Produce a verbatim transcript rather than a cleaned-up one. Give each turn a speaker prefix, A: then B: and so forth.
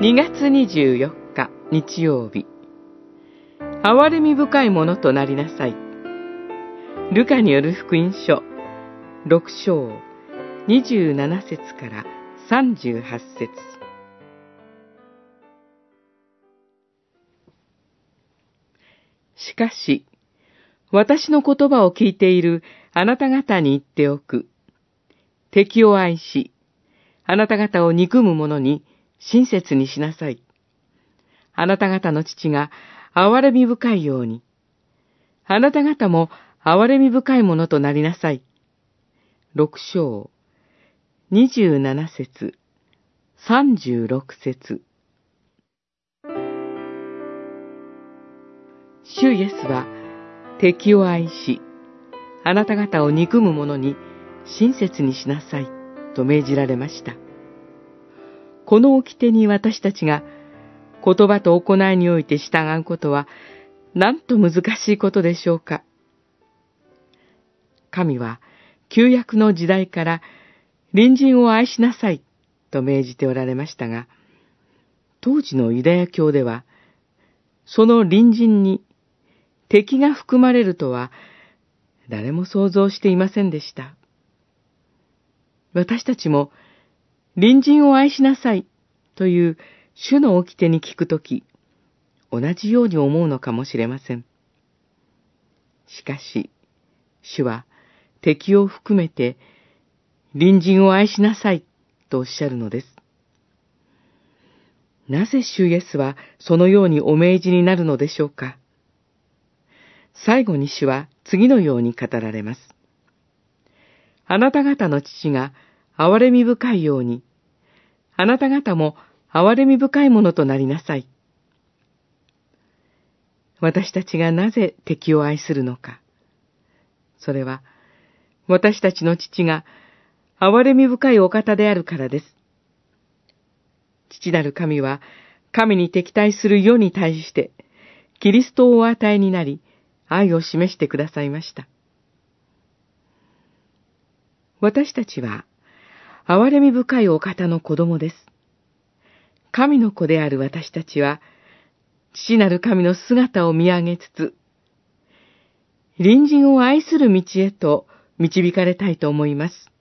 A: にがつにじゅうよっか日曜日、憐れみ深いものとなりなさい。ルカによる福音書ろく章にじゅうなな節からさんじゅうはち節。しかし、私の言葉を聞いているあなた方に言っておく。敵を愛し、あなた方を憎む者に親切にしなさい。あなた方の父が憐れみ深いように、あなた方も憐れみ深いものとなりなさい。六章、二十七節、三十六節。主イエスは敵を愛し、あなた方を憎む者に親切にしなさいと命じられました。この掟に私たちが言葉と行いにおいて従うことはなんと難しいことでしょうか。神は旧約の時代から隣人を愛しなさいと命じておられましたが、当時のユダヤ教ではその隣人に敵が含まれるとは誰も想像していませんでした。私たちも隣人を愛しなさいという主の掟に聞くとき、同じように思うのかもしれません。しかし、主は敵を含めて隣人を愛しなさいとおっしゃるのです。なぜ主イエスはそのようにお命じになるのでしょうか。最後に主は次のように語られます。あなた方の父が憐れみ深いように、あなた方も憐れみ深いものとなりなさい。私たちがなぜ敵を愛するのか。それは、私たちの父が憐れみ深いお方であるからです。父なる神は、神に敵対する世に対して、キリストをお与えになり、愛を示してくださいました。私たちは、憐れみ深いお方の子供です。神の子である私たちは、父なる神の姿を見上げつつ、隣人を愛する道へと導かれたいと思います。